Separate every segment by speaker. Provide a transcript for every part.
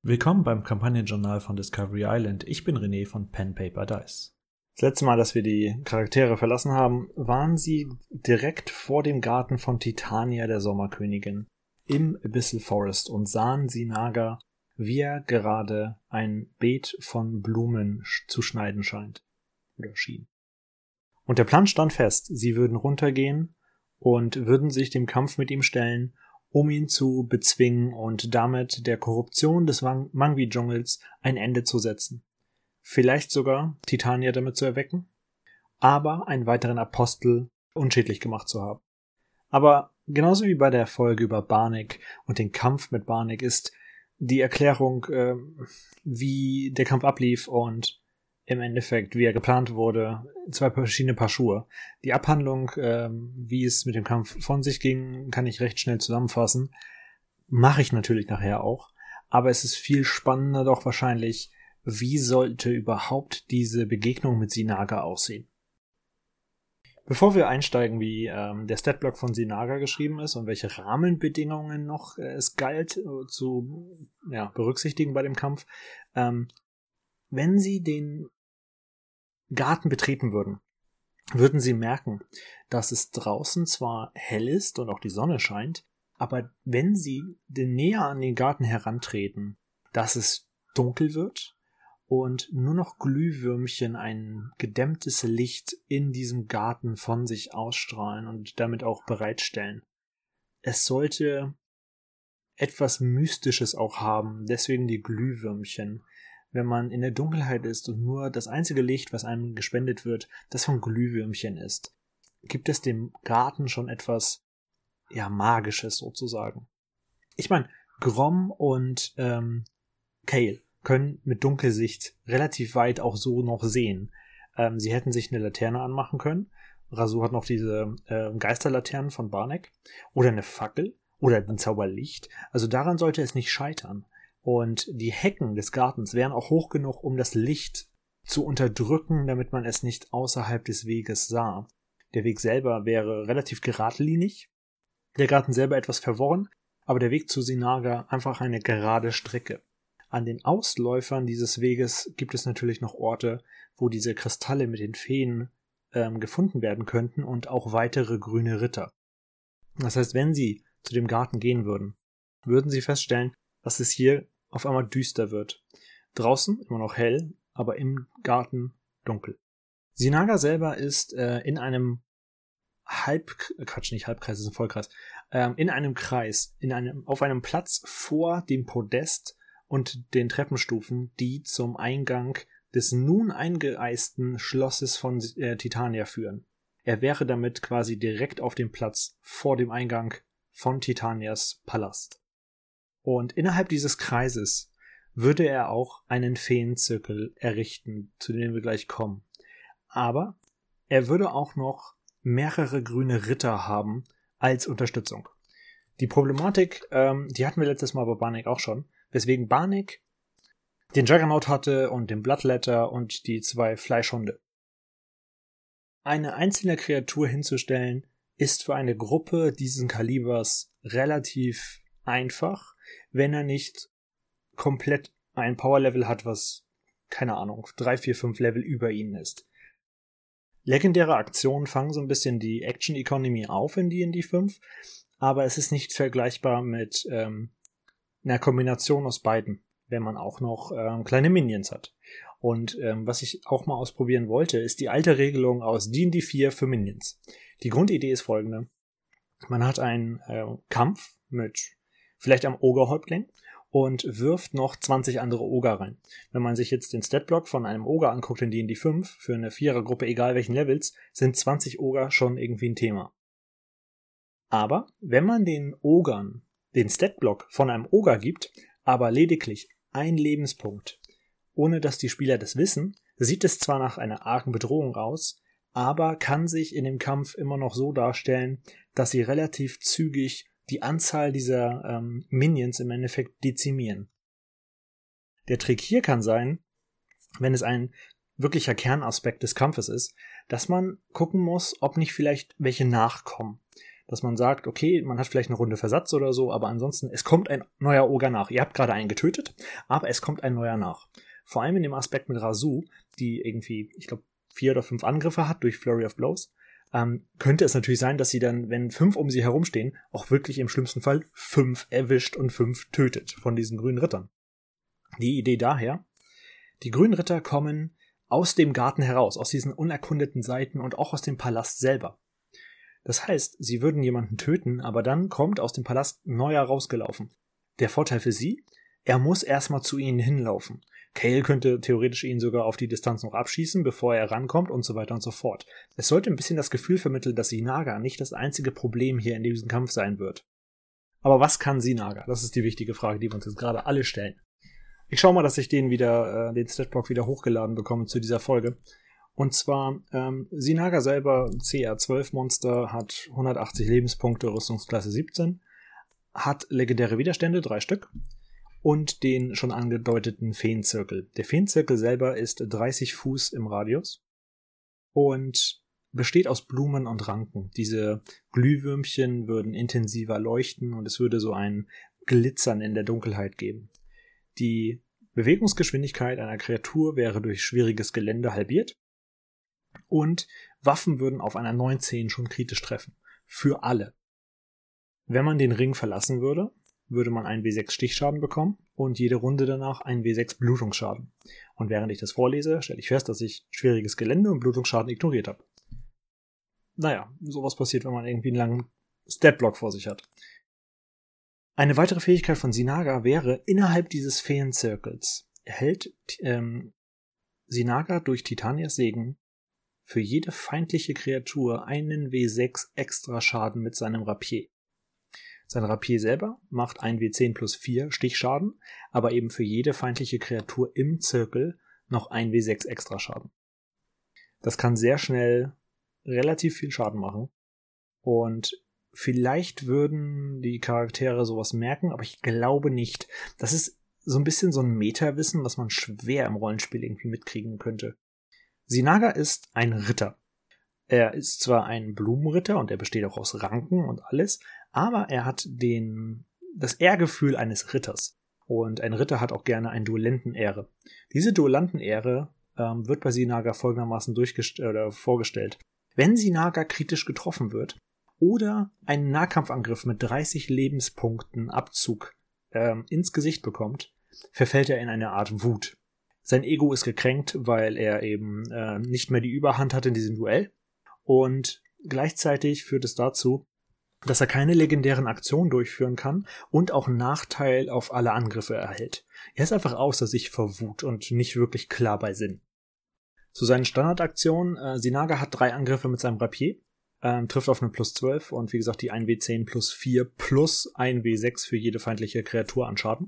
Speaker 1: Willkommen beim Kampagnenjournal von Discovery Island. Ich bin René von Pen Paper Dice. Das letzte Mal, dass wir die Charaktere verlassen haben, waren sie direkt vor dem Garten von Titania, der Sommerkönigin, im Abyssal Forest und sahen Sinaga, wie er gerade ein Beet von Blumen zu schneiden scheint. Oder schien. Und der Plan stand fest. Sie würden runtergehen und würden sich dem Kampf mit ihm stellen, um ihn zu bezwingen und damit der Korruption des Mangvi-Dschungels ein Ende zu setzen. Vielleicht sogar Titania damit zu erwecken, aber einen weiteren Apostel unschädlich gemacht zu haben. Aber genauso wie bei der Folge über Barnek und den Kampf mit Barnek ist die Erklärung, wie der Kampf ablief und im Endeffekt, wie er geplant wurde, zwei verschiedene Paar Schuhe. Die Abhandlung, wie es mit dem Kampf von sich ging, kann ich recht schnell zusammenfassen. Mache ich natürlich nachher auch. Aber es ist viel spannender doch wahrscheinlich, wie sollte überhaupt diese Begegnung mit Sinaga aussehen. Bevor wir einsteigen, wie der Statblock von Sinaga geschrieben ist und welche Rahmenbedingungen noch es galt zu berücksichtigen bei dem Kampf, wenn Sie den Garten betreten würden Sie merken, dass es draußen zwar hell ist und auch die Sonne scheint, aber wenn Sie näher an den Garten herantreten, dass es dunkel wird und nur noch Glühwürmchen ein gedämmtes Licht in diesem Garten von sich ausstrahlen und damit auch bereitstellen. Es sollte etwas Mystisches auch haben, deswegen die Glühwürmchen. Wenn man in der Dunkelheit ist und nur das einzige Licht, was einem gespendet wird, das von Glühwürmchen ist, gibt es dem Garten schon etwas, Magisches sozusagen. Ich meine, Grom und Kale können mit Dunkelsicht relativ weit auch so noch sehen. Sie hätten sich eine Laterne anmachen können. Rasu hat noch diese Geisterlaternen von Barnek. Oder eine Fackel. Oder ein Zauberlicht. Also daran sollte es nicht scheitern. Und die Hecken des Gartens wären auch hoch genug, um das Licht zu unterdrücken, damit man es nicht außerhalb des Weges sah. Der Weg selber wäre relativ geradlinig, der Garten selber etwas verworren, aber der Weg zu Sinaga einfach eine gerade Strecke. An den Ausläufern dieses Weges gibt es natürlich noch Orte, wo diese Kristalle mit den Feen gefunden werden könnten und auch weitere grüne Ritter. Das heißt, wenn Sie zu dem Garten gehen würden Sie feststellen, dass es hier auf einmal düster wird. Draußen immer noch hell, aber im Garten dunkel. Sinaga selber ist in einem Halbkreis ist ein Vollkreis, in einem Kreis, auf einem Platz vor dem Podest und den Treppenstufen, die zum Eingang des nun eingeeisten Schlosses von Titania führen. Er wäre damit quasi direkt auf dem Platz vor dem Eingang von Titanias Palast. Und innerhalb dieses Kreises würde er auch einen Feenzirkel errichten, zu dem wir gleich kommen. Aber er würde auch noch mehrere grüne Ritter haben als Unterstützung. Die Problematik, die hatten wir letztes Mal bei Barnek auch schon, weswegen Barnek den Juggernaut hatte und den Bloodletter und die 2 Fleischhunde. Eine einzelne Kreatur hinzustellen, ist für eine Gruppe dieses Kalibers relativ einfach, wenn er nicht komplett ein Power-Level hat, was, 3, 4, 5 Level über ihnen ist. Legendäre Aktionen fangen so ein bisschen die Action-Economy auf in D&D 5, aber es ist nicht vergleichbar mit einer Kombination aus beiden, wenn man auch noch kleine Minions hat. Und was ich auch mal ausprobieren wollte, ist die alte Regelung aus D&D 4 für Minions. Die Grundidee ist folgende. Man hat einen Kampf mit vielleicht einem Ogre-Häuptling und wirft noch 20 andere Ogre rein. Wenn man sich jetzt den Statblock von einem Ogre anguckt in D&D 5, für eine Vierergruppe, egal welchen Levels, sind 20 Ogre schon irgendwie ein Thema. Aber wenn man den Ogern den Statblock von einem Ogre gibt, aber lediglich ein Lebenspunkt, ohne dass die Spieler das wissen, sieht es zwar nach einer argen Bedrohung aus, aber kann sich in dem Kampf immer noch so darstellen, dass sie relativ zügig die Anzahl dieser Minions im Endeffekt dezimieren. Der Trick hier kann sein, wenn es ein wirklicher Kernaspekt des Kampfes ist, dass man gucken muss, ob nicht vielleicht welche nachkommen. dass man sagt, okay, man hat vielleicht eine Runde Versatz oder so, aber ansonsten, es kommt ein neuer Ogre nach. Ihr habt gerade einen getötet, aber es kommt ein neuer nach. Vor allem in dem Aspekt mit Rasu, die irgendwie, ich glaube, 4 oder 5 Angriffe hat durch Flurry of Blows, könnte es natürlich sein, dass sie dann, wenn 5 um sie herumstehen, auch wirklich im schlimmsten Fall 5 erwischt und 5 tötet von diesen grünen Rittern. Die Idee daher, die grünen Ritter kommen aus dem Garten heraus, aus diesen unerkundeten Seiten und auch aus dem Palast selber. Das heißt, sie würden jemanden töten, aber dann kommt aus dem Palast ein neuer rausgelaufen. Der Vorteil für sie, er muss erstmal zu ihnen hinlaufen. Kael könnte theoretisch ihn sogar auf die Distanz noch abschießen, bevor er rankommt und so weiter und so fort. Es sollte ein bisschen das Gefühl vermitteln, dass Sinaga nicht das einzige Problem hier in diesem Kampf sein wird. Aber was kann Sinaga? Das ist die wichtige Frage, die wir uns jetzt gerade alle stellen. Ich schaue mal, dass ich den Statblock wieder hochgeladen bekomme zu dieser Folge. Und zwar, Sinaga selber, CR12-Monster, hat 180 Lebenspunkte, Rüstungsklasse 17, hat legendäre Widerstände, 3 Stück, und den schon angedeuteten Feenzirkel. Der Feenzirkel selber ist 30 Fuß im Radius und besteht aus Blumen und Ranken. Diese Glühwürmchen würden intensiver leuchten und es würde so ein Glitzern in der Dunkelheit geben. Die Bewegungsgeschwindigkeit einer Kreatur wäre durch schwieriges Gelände halbiert und Waffen würden auf einer 19 schon kritisch treffen. Für alle. Wenn man den Ring verlassen würde, würde man einen W6 Stichschaden bekommen und jede Runde danach einen W6 Blutungsschaden. Und während ich das vorlese, stelle ich fest, dass ich schwieriges Gelände und Blutungsschaden ignoriert habe. Naja, sowas passiert, wenn man irgendwie einen langen Statblock vor sich hat. Eine weitere Fähigkeit von Sinaga wäre, innerhalb dieses Feenzirkels erhält Sinaga durch Titanias Segen für jede feindliche Kreatur einen W6 extra Schaden mit seinem Rapier. Sein Rapier selber macht ein W10 plus 4 Stichschaden, aber eben für jede feindliche Kreatur im Zirkel noch ein W6 extra Schaden. Das kann sehr schnell relativ viel Schaden machen und vielleicht würden die Charaktere sowas merken, aber ich glaube nicht. Das ist so ein bisschen so ein Meta-Wissen, was man schwer im Rollenspiel irgendwie mitkriegen könnte. Sinaga ist ein Ritter. Er ist zwar ein Blumenritter und er besteht auch aus Ranken und alles, aber er hat das Ehrgefühl eines Ritters. Und ein Ritter hat auch gerne eine Duellentenehre. Diese Duellentenehre wird bei Sinaga folgendermaßen vorgestellt. Wenn Sinaga kritisch getroffen wird oder einen Nahkampfangriff mit 30 Lebenspunkten Abzug ins Gesicht bekommt, verfällt er in eine Art Wut. Sein Ego ist gekränkt, weil er eben nicht mehr die Überhand hat in diesem Duell. Und gleichzeitig führt es dazu, dass er keine legendären Aktionen durchführen kann und auch einen Nachteil auf alle Angriffe erhält. Er ist einfach außer sich vor Wut und nicht wirklich klar bei Sinn. Zu seinen Standardaktionen, Sinaga hat 3 Angriffe mit seinem Rapier, trifft auf eine plus 12 und wie gesagt die 1W10 plus 4 plus 1W6 für jede feindliche Kreatur an Schaden.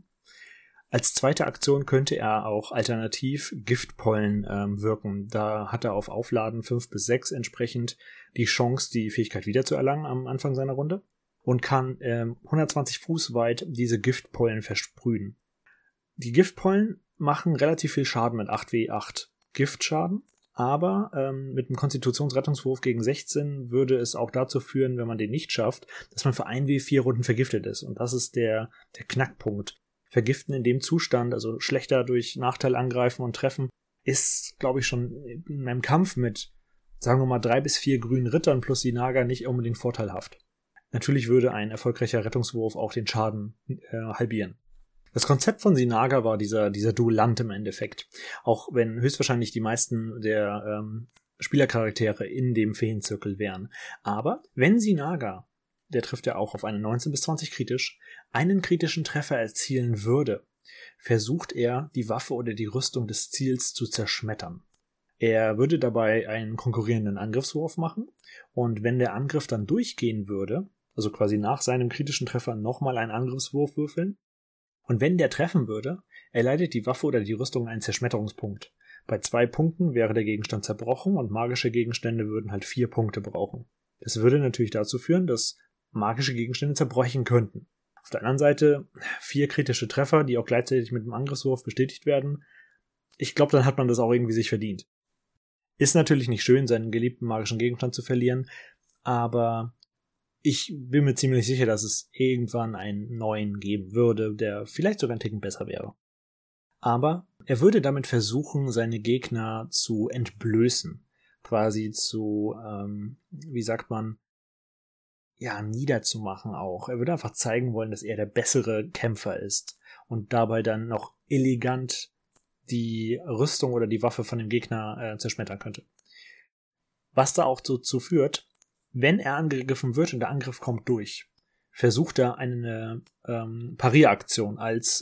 Speaker 1: Als zweite Aktion könnte er auch alternativ Giftpollen wirken. Da hat er auf Aufladen 5 bis 6 entsprechend die Chance, die Fähigkeit wiederzuerlangen am Anfang seiner Runde und kann 120 Fuß weit diese Giftpollen versprühen. Die Giftpollen machen relativ viel Schaden mit 8W8 Giftschaden, aber mit einem Konstitutionsrettungswurf gegen 16 würde es auch dazu führen, wenn man den nicht schafft, dass man für 1W4 Runden vergiftet ist. Und das ist der Knackpunkt. Vergiften in dem Zustand, also schlechter durch Nachteil angreifen und treffen, ist, glaube ich, schon in meinem Kampf mit, sagen wir mal, 3 bis 4 grünen Rittern plus Sinaga nicht unbedingt vorteilhaft. Natürlich würde ein erfolgreicher Rettungswurf auch den Schaden halbieren. Das Konzept von Sinaga war dieser Duellant im Endeffekt. Auch wenn höchstwahrscheinlich die meisten der Spielercharaktere in dem Feenzirkel wären. Aber wenn Sinaga, der trifft ja auch auf eine 19 bis 20 kritisch, einen kritischen Treffer erzielen würde, versucht er, die Waffe oder die Rüstung des Ziels zu zerschmettern. Er würde dabei einen konkurrierenden Angriffswurf machen und wenn der Angriff dann durchgehen würde, also quasi nach seinem kritischen Treffer nochmal einen Angriffswurf würfeln, und wenn der treffen würde, erleidet die Waffe oder die Rüstung einen Zerschmetterungspunkt. Bei 2 Punkten wäre der Gegenstand zerbrochen und magische Gegenstände würden halt 4 Punkte brauchen. Das würde natürlich dazu führen, dass magische Gegenstände zerbrechen könnten. Auf der anderen Seite 4 kritische Treffer, die auch gleichzeitig mit einem Angriffswurf bestätigt werden. Ich glaube, dann hat man das auch irgendwie sich verdient. Ist natürlich nicht schön, seinen geliebten magischen Gegenstand zu verlieren, aber Ich bin mir ziemlich sicher, dass es irgendwann einen neuen geben würde, der vielleicht sogar einen Ticken besser wäre. Aber er würde damit versuchen, seine Gegner zu entblößen. Quasi zu, niederzumachen auch. Er würde einfach zeigen wollen, dass er der bessere Kämpfer ist und dabei dann noch elegant die Rüstung oder die Waffe von dem Gegner zerschmettern könnte. Was da auch dazu führt, wenn er angegriffen wird und der Angriff kommt durch, versucht er eine Parieraktion als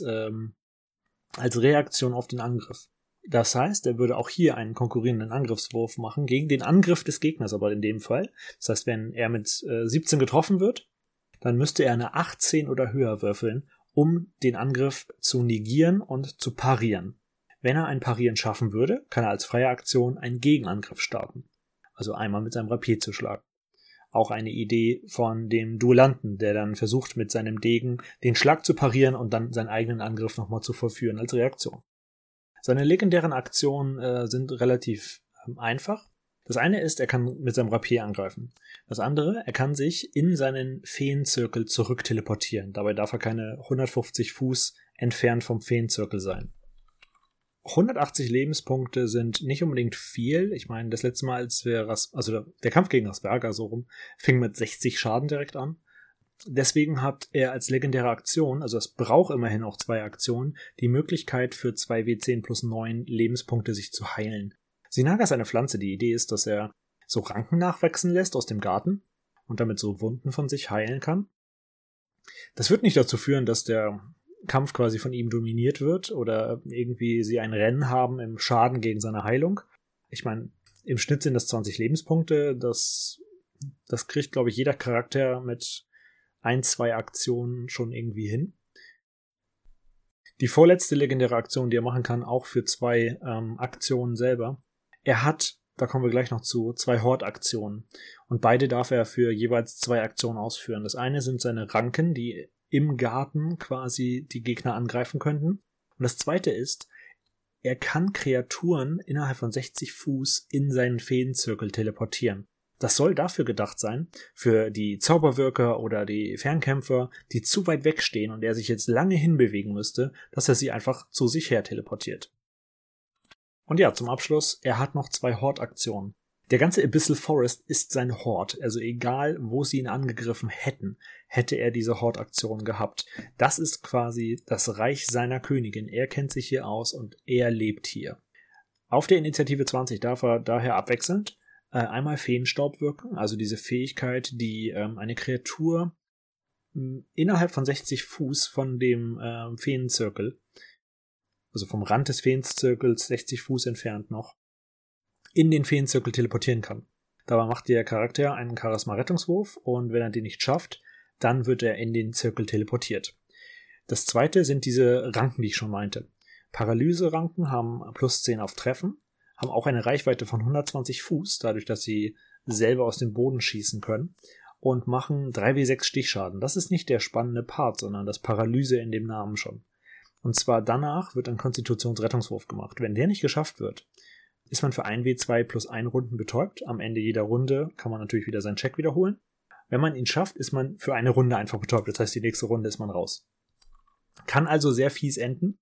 Speaker 1: Reaktion auf den Angriff. Das heißt, er würde auch hier einen konkurrierenden Angriffswurf machen gegen den Angriff des Gegners, aber in dem Fall. Das heißt, wenn er mit 17 getroffen wird, dann müsste er eine 18 oder höher würfeln, um den Angriff zu negieren und zu parieren. Wenn er ein Parieren schaffen würde, kann er als freie Aktion einen Gegenangriff starten. Also einmal mit seinem Rapier zu schlagen. Auch eine Idee von dem Duellanten, der dann versucht, mit seinem Degen den Schlag zu parieren und dann seinen eigenen Angriff nochmal zu vollführen als Reaktion. Seine legendären Aktionen sind relativ einfach. Das eine ist, er kann mit seinem Rapier angreifen. Das andere, er kann sich in seinen Feenzirkel zurückteleportieren. Dabei darf er keine 150 Fuß entfernt vom Feenzirkel sein. 180 Lebenspunkte sind nicht unbedingt viel. Ich meine, das letzte Mal, als der Kampf gegen Rasberger so rum, fing mit 60 Schaden direkt an. Deswegen hat er als legendäre Aktion, also es braucht immerhin auch 2 Aktionen, die Möglichkeit für 2 W10 plus 9 Lebenspunkte sich zu heilen. Sinaga ist eine Pflanze. Die Idee ist, dass er so Ranken nachwachsen lässt aus dem Garten und damit so Wunden von sich heilen kann. Das wird nicht dazu führen, dass der Kampf quasi von ihm dominiert wird oder irgendwie sie ein Rennen haben im Schaden gegen seine Heilung. Ich meine, im Schnitt sind das 20 Lebenspunkte. Das kriegt, glaube ich, jeder Charakter mit 1-2 Aktionen schon irgendwie hin. Die vorletzte legendäre Aktion, die er machen kann, auch für 2 Aktionen selber. Er hat, da kommen wir gleich noch zu, 2 Hort-Aktionen. Und beide darf er für jeweils 2 Aktionen ausführen. Das eine sind seine Ranken, die im Garten quasi die Gegner angreifen könnten. Und das zweite ist, er kann Kreaturen innerhalb von 60 Fuß in seinen Feenzirkel teleportieren. Das soll dafür gedacht sein, für die Zauberwirker oder die Fernkämpfer, die zu weit wegstehen und er sich jetzt lange hinbewegen müsste, dass er sie einfach zu sich her teleportiert. Und ja, zum Abschluss, er hat noch 2 Hort-Aktionen. Der ganze Abyssal Forest ist sein Hort, also egal, wo sie ihn angegriffen hätten, hätte er diese Hort-Aktion gehabt. Das ist quasi das Reich seiner Königin. Er kennt sich hier aus und er lebt hier. Auf der Initiative 20 darf er daher abwechselnd einmal Feenstaub wirken, also diese Fähigkeit, die eine Kreatur innerhalb von 60 Fuß von dem Feenzirkel, also vom Rand des Feenzirkels 60 Fuß entfernt noch, in den Feenzirkel teleportieren kann. Dabei macht der Charakter einen Charisma-Rettungswurf und wenn er den nicht schafft, dann wird er in den Zirkel teleportiert. Das zweite sind diese Ranken, die ich schon meinte. Paralyse-Ranken haben plus 10 auf Treffen, haben auch eine Reichweite von 120 Fuß, dadurch, dass sie selber aus dem Boden schießen können und machen 3W6 Stichschaden. Das ist nicht der spannende Part, sondern das Paralyse in dem Namen schon. Und zwar danach wird ein Konstitutionsrettungswurf gemacht. Wenn der nicht geschafft wird, ist man für 1W2 plus 1 Runden betäubt. Am Ende jeder Runde kann man natürlich wieder seinen Check wiederholen. Wenn man ihn schafft, ist man für eine Runde einfach betäubt. Das heißt, die nächste Runde ist man raus. Kann also sehr fies enden.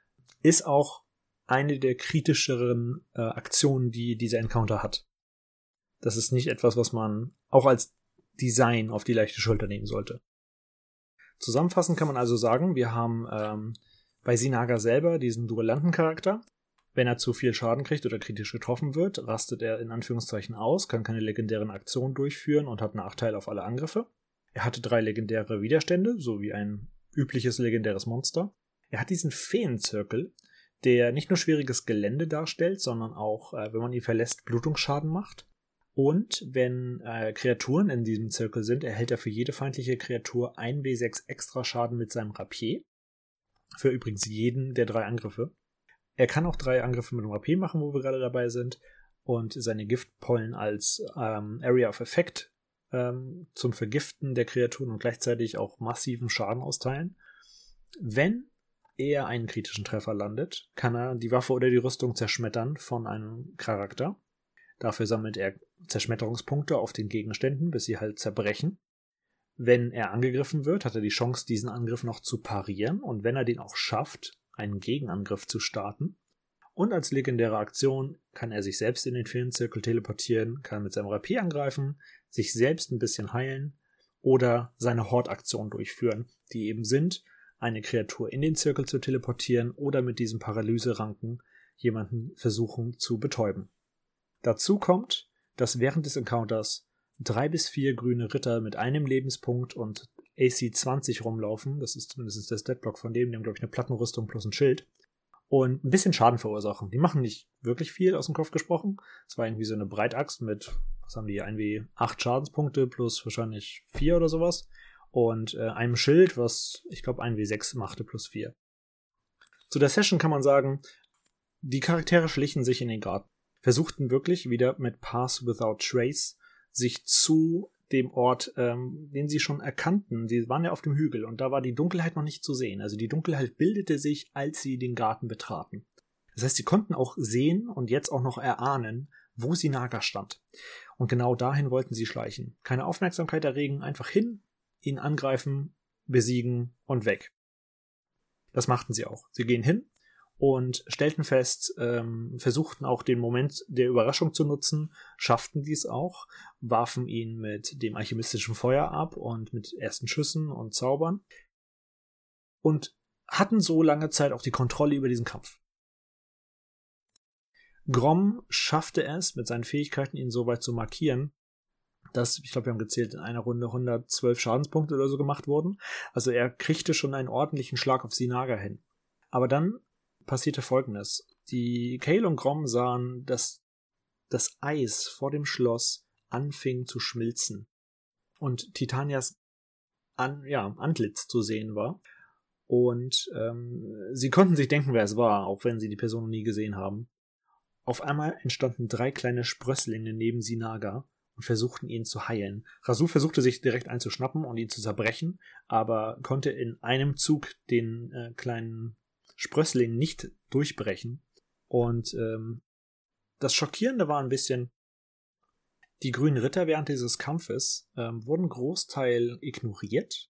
Speaker 1: Ist auch eine der kritischeren Aktionen, die dieser Encounter hat. Das ist nicht etwas, was man auch als Design auf die leichte Schulter nehmen sollte. Zusammenfassend kann man also sagen, wir haben bei Sinaga selber diesen Duellantencharakter. Wenn er zu viel Schaden kriegt oder kritisch getroffen wird, rastet er in Anführungszeichen aus, kann keine legendären Aktionen durchführen und hat Nachteil auf alle Angriffe. Er hatte 3 legendäre Widerstände, so wie ein übliches legendäres Monster. Er hat diesen Feenzirkel, der nicht nur schwieriges Gelände darstellt, sondern auch, wenn man ihn verlässt, Blutungsschaden macht. Und wenn Kreaturen in diesem Zirkel sind, erhält er für jede feindliche Kreatur 1W6 extra Schaden mit seinem Rapier. Für übrigens jeden der 3 Angriffe. Er kann auch 3 Angriffe mit dem Rapier machen, wo wir gerade dabei sind, und seine Giftpollen als Area of Effect zum Vergiften der Kreaturen und gleichzeitig auch massiven Schaden austeilen. Wenn er einen kritischen Treffer landet, kann er die Waffe oder die Rüstung zerschmettern von einem Charakter. Dafür sammelt er Zerschmetterungspunkte auf den Gegenständen, bis sie halt zerbrechen. Wenn er angegriffen wird, hat er die Chance, diesen Angriff noch zu parieren und wenn er den auch schafft, einen Gegenangriff zu starten. Und als legendäre Aktion kann er sich selbst in den Feenzirkel teleportieren, kann mit seinem Rapier angreifen, sich selbst ein bisschen heilen oder seine Horde-Aktion durchführen, die eben sind, eine Kreatur in den Zirkel zu teleportieren oder mit diesem Paralyseranken jemanden versuchen zu betäuben. Dazu kommt, dass während des Encounters 3 bis 4 grüne Ritter mit einem Lebenspunkt und AC 20 rumlaufen, das ist zumindest der Statblock von dem, die haben glaube ich eine Plattenrüstung plus ein Schild, und ein bisschen Schaden verursachen. Die machen nicht wirklich viel aus dem Kopf gesprochen. Es war irgendwie so eine Breitaxt mit, was haben die, irgendwie 8 Schadenspunkte plus wahrscheinlich 4 oder sowas. Und einem Schild, was ich glaube 1W6 machte plus 4. Zu der Session kann man sagen, die Charaktere schlichen sich in den Garten. Versuchten wirklich wieder mit Pass Without Trace sich zu dem Ort, den sie schon erkannten. Sie waren ja auf dem Hügel und da war die Dunkelheit noch nicht zu sehen. Also die Dunkelheit bildete sich, als sie den Garten betraten. Das heißt, sie konnten auch sehen und jetzt auch noch erahnen, wo Sinaga stand. Und genau dahin wollten sie schleichen. Keine Aufmerksamkeit erregen, einfach hin, ihn angreifen, besiegen und weg. Das machten sie auch. Sie gehen hin und stellten fest, versuchten auch den Moment der Überraschung zu nutzen, schafften dies auch, warfen ihn mit dem alchemistischen Feuer ab und mit ersten Schüssen und Zaubern und hatten so lange Zeit auch die Kontrolle über diesen Kampf. Grom schaffte es, mit seinen Fähigkeiten ihn so weit zu markieren, dass, ich glaube, wir haben gezählt, in einer Runde 112 Schadenspunkte oder so gemacht wurden. Also er kriegte schon einen ordentlichen Schlag auf Sinaga hin. Aber dann passierte Folgendes. Die Kael und Grom sahen, dass das Eis vor dem Schloss anfing zu schmilzen und Titanias Antlitz zu sehen war. Und sie konnten sich denken, wer es war, auch wenn sie die Person noch nie gesehen haben. Auf einmal entstanden 3 kleine Sprösslinge neben Sinaga und versuchten ihn zu heilen. Rasu versuchte sich direkt einzuschnappen und ihn zu zerbrechen, aber konnte in einem Zug den kleinen Sprössling nicht durchbrechen. Und das Schockierende war ein bisschen, die grünen Ritter während dieses Kampfes wurden Großteil ignoriert.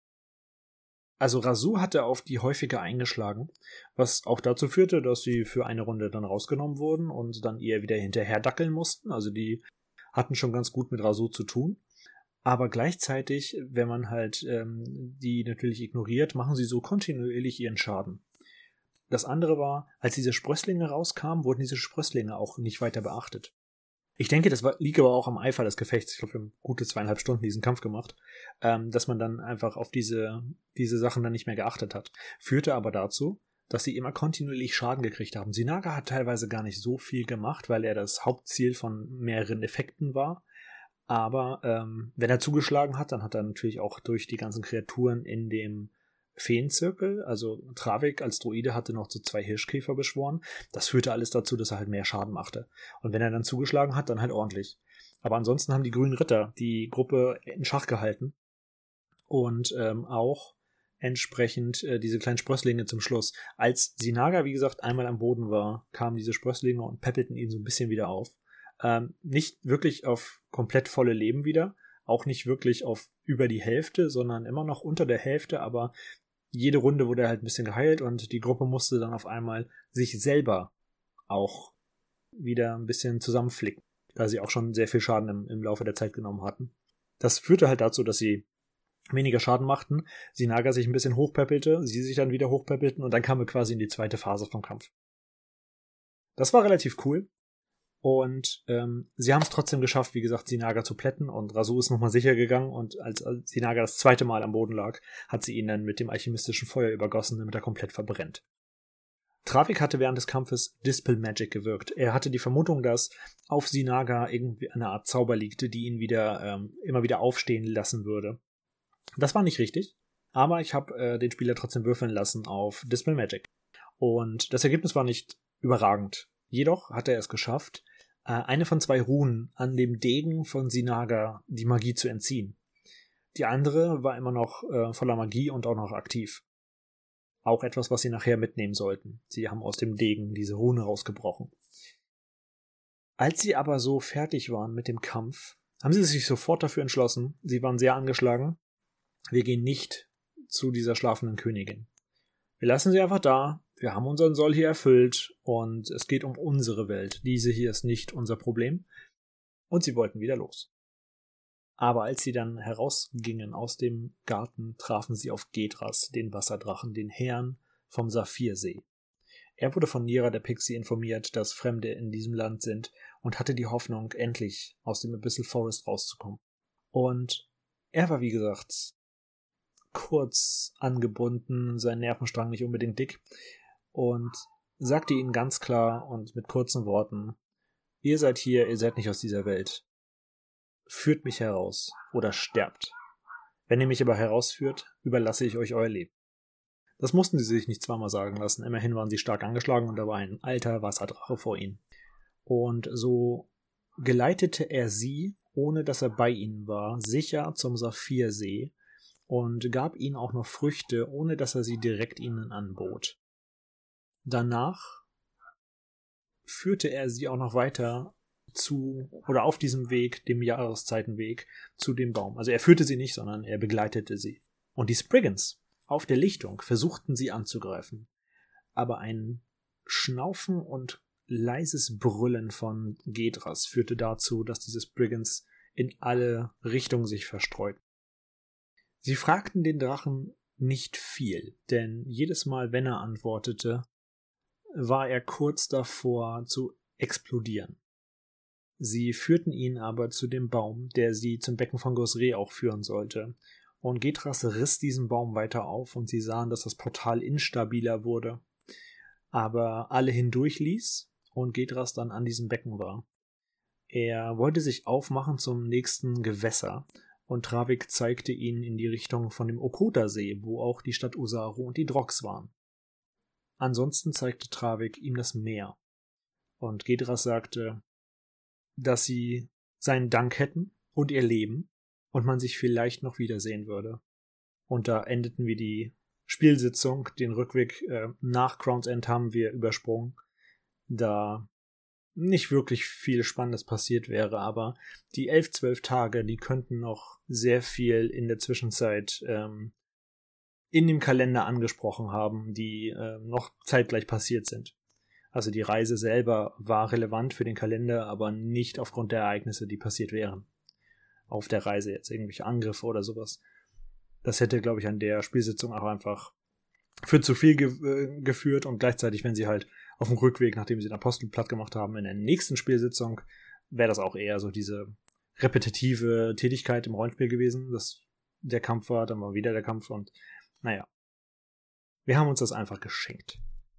Speaker 1: Also Rasu hatte auf die häufiger eingeschlagen, was auch dazu führte, dass sie für eine Runde dann rausgenommen wurden und dann eher wieder hinterher dackeln mussten. Also die hatten schon ganz gut mit Rasu zu tun. Aber gleichzeitig, wenn man halt die natürlich ignoriert, machen sie so kontinuierlich ihren Schaden. Das andere war, als diese Sprösslinge rauskamen, wurden diese Sprösslinge auch nicht weiter beachtet. Ich denke, das liegt aber auch am Eifer des Gefechts. Ich glaube, wir haben gute 2,5 Stunden diesen Kampf gemacht, dass man dann einfach auf diese Sachen dann nicht mehr geachtet hat. Führte aber dazu, dass sie immer kontinuierlich Schaden gekriegt haben. Sinaga hat teilweise gar nicht so viel gemacht, weil er das Hauptziel von mehreren Effekten war. Aber wenn er zugeschlagen hat, dann hat er natürlich auch durch die ganzen Kreaturen in dem Feenzirkel, also Travik als Druide hatte noch so 2 Hirschkäfer beschworen. Das führte alles dazu, dass er halt mehr Schaden machte. Und wenn er dann zugeschlagen hat, dann halt ordentlich. Aber ansonsten haben die grünen Ritter die Gruppe in Schach gehalten und auch entsprechend diese kleinen Sprösslinge zum Schluss. Als Sinaga, wie gesagt, einmal am Boden war, kamen diese Sprösslinge und peppelten ihn so ein bisschen wieder auf. Nicht wirklich auf komplett volle Leben wieder, auch nicht wirklich auf über die Hälfte, sondern immer noch unter der Hälfte, aber jede Runde wurde er halt ein bisschen geheilt und die Gruppe musste dann auf einmal sich selber auch wieder ein bisschen zusammenflicken, da sie auch schon sehr viel Schaden im Laufe der Zeit genommen hatten. Das führte halt dazu, dass sie weniger Schaden machten, Sinaga sich ein bisschen hochpeppelte, sie sich dann wieder hochpeppelten und dann kamen wir quasi in die zweite Phase vom Kampf. Das war relativ cool. Und sie haben es trotzdem geschafft, wie gesagt, Sinaga zu plätten und Rasu ist nochmal sicher gegangen und als Sinaga das zweite Mal am Boden lag, hat sie ihn dann mit dem alchemistischen Feuer übergossen, damit er komplett verbrennt. Travik hatte während des Kampfes Dispel Magic gewirkt. Er hatte die Vermutung, dass auf Sinaga irgendwie eine Art Zauber liegte, die ihn wieder immer wieder aufstehen lassen würde. Das war nicht richtig, aber ich habe den Spieler trotzdem würfeln lassen auf Dispel Magic. Und das Ergebnis war nicht überragend. Jedoch hat er es geschafft, eine von 2 Runen an dem Degen von Sinaga die Magie zu entziehen. Die andere war immer noch voller Magie und auch noch aktiv. Auch etwas, was sie nachher mitnehmen sollten. Sie haben aus dem Degen diese Rune rausgebrochen. Als sie aber so fertig waren mit dem Kampf, haben sie sich sofort dafür entschlossen, sie waren sehr angeschlagen, wir gehen nicht zu dieser schlafenden Königin. Wir lassen sie einfach da, wir haben unseren Soll hier erfüllt und es geht um unsere Welt. Diese hier ist nicht unser Problem. Und sie wollten wieder los. Aber als sie dann herausgingen aus dem Garten, trafen sie auf Gedras, den Wasserdrachen, den Herrn vom Saphirsee. Er wurde von Nira der Pixie informiert, dass Fremde in diesem Land sind und hatte die Hoffnung, endlich aus dem Abyssal Forest rauszukommen. Und er war, wie gesagt, kurz angebunden, sein Nervenstrang nicht unbedingt dick, und sagte ihnen ganz klar und mit kurzen Worten: Ihr seid hier, ihr seid nicht aus dieser Welt. Führt mich heraus oder sterbt. Wenn ihr mich aber herausführt, überlasse ich euch euer Leben. Das mussten sie sich nicht zweimal sagen lassen. Immerhin waren sie stark angeschlagen und da war ein alter Wasserdrache vor ihnen. Und so geleitete er sie, ohne dass er bei ihnen war, sicher zum Saphirsee und gab ihnen auch noch Früchte, ohne dass er sie direkt ihnen anbot. Danach führte er sie auch noch weiter auf diesem Weg, dem Jahreszeitenweg, zu dem Baum. Also er führte sie nicht, sondern er begleitete sie. Und die Spriggans auf der Lichtung versuchten sie anzugreifen. Aber ein Schnaufen und leises Brüllen von Gedras führte dazu, dass diese Spriggans in alle Richtungen sich verstreuten. Sie fragten den Drachen nicht viel, denn jedes Mal, wenn er antwortete, war er kurz davor zu explodieren. Sie führten ihn aber zu dem Baum, der sie zum Becken von Gosre auch führen sollte. Und Gedras riss diesen Baum weiter auf und sie sahen, dass das Portal instabiler wurde, aber alle hindurch ließ und Gedras dann an diesem Becken war. Er wollte sich aufmachen zum nächsten Gewässer und Travik zeigte ihn in die Richtung von dem Okota-See, wo auch die Stadt Osaru und die Drogs waren. Ansonsten zeigte Travik ihm das Meer und Gedras sagte, dass sie seinen Dank hätten und ihr Leben und man sich vielleicht noch wiedersehen würde. Und da endeten wir die Spielsitzung. Den Rückweg nach Crown's End haben wir übersprungen, da nicht wirklich viel Spannendes passiert wäre, aber die 11-12 Tage, die könnten noch sehr viel in der Zwischenzeit in dem Kalender angesprochen haben, die noch zeitgleich passiert sind. Also die Reise selber war relevant für den Kalender, aber nicht aufgrund der Ereignisse, die passiert wären. Auf der Reise jetzt irgendwelche Angriffe oder sowas. Das hätte, glaube ich, an der Spielsitzung auch einfach für zu viel geführt und gleichzeitig, wenn sie halt auf dem Rückweg, nachdem sie den Apostel platt gemacht haben, in der nächsten Spielsitzung, wäre das auch eher so diese repetitive Tätigkeit im Rollenspiel gewesen, dass der Kampf war, dann war wieder der Kampf und naja. Wir haben uns das einfach geschenkt.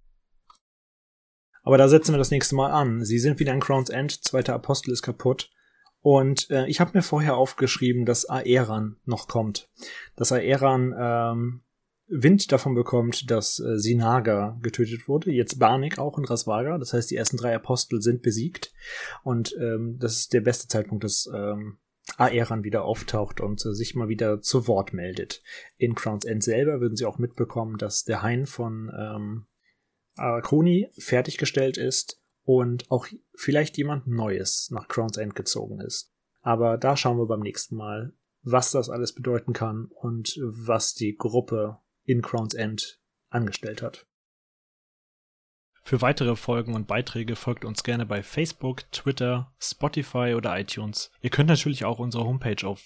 Speaker 1: Aber da setzen wir das nächste Mal an. Sie sind wieder in Crown's End, zweiter Apostel ist kaputt. Und ich habe mir vorher aufgeschrieben, dass Aeran noch kommt. Dass Aeran Wind davon bekommt, dass Sinaga getötet wurde. Jetzt Barnik auch in Rasvaga. Das heißt, die ersten 3 Apostel sind besiegt. Und das ist der beste Zeitpunkt, dass Aeran wieder auftaucht und sich mal wieder zu Wort meldet. In Crown's End selber würden sie auch mitbekommen, dass der Hain von Arakoni fertiggestellt ist und auch vielleicht jemand Neues nach Crown's End gezogen ist. Aber da schauen wir beim nächsten Mal, was das alles bedeuten kann und was die Gruppe in Crown's End angestellt hat. Für weitere Folgen und Beiträge folgt uns gerne bei Facebook, Twitter, Spotify oder iTunes. Ihr könnt natürlich auch unsere Homepage auf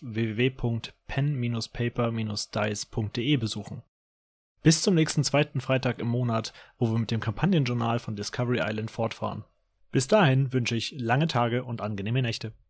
Speaker 1: www.pen-paper-dice.de besuchen. Bis zum nächsten 2. Freitag im Monat, wo wir mit dem Kampagnenjournal von Discovery Island fortfahren. Bis dahin wünsche ich lange Tage und angenehme Nächte.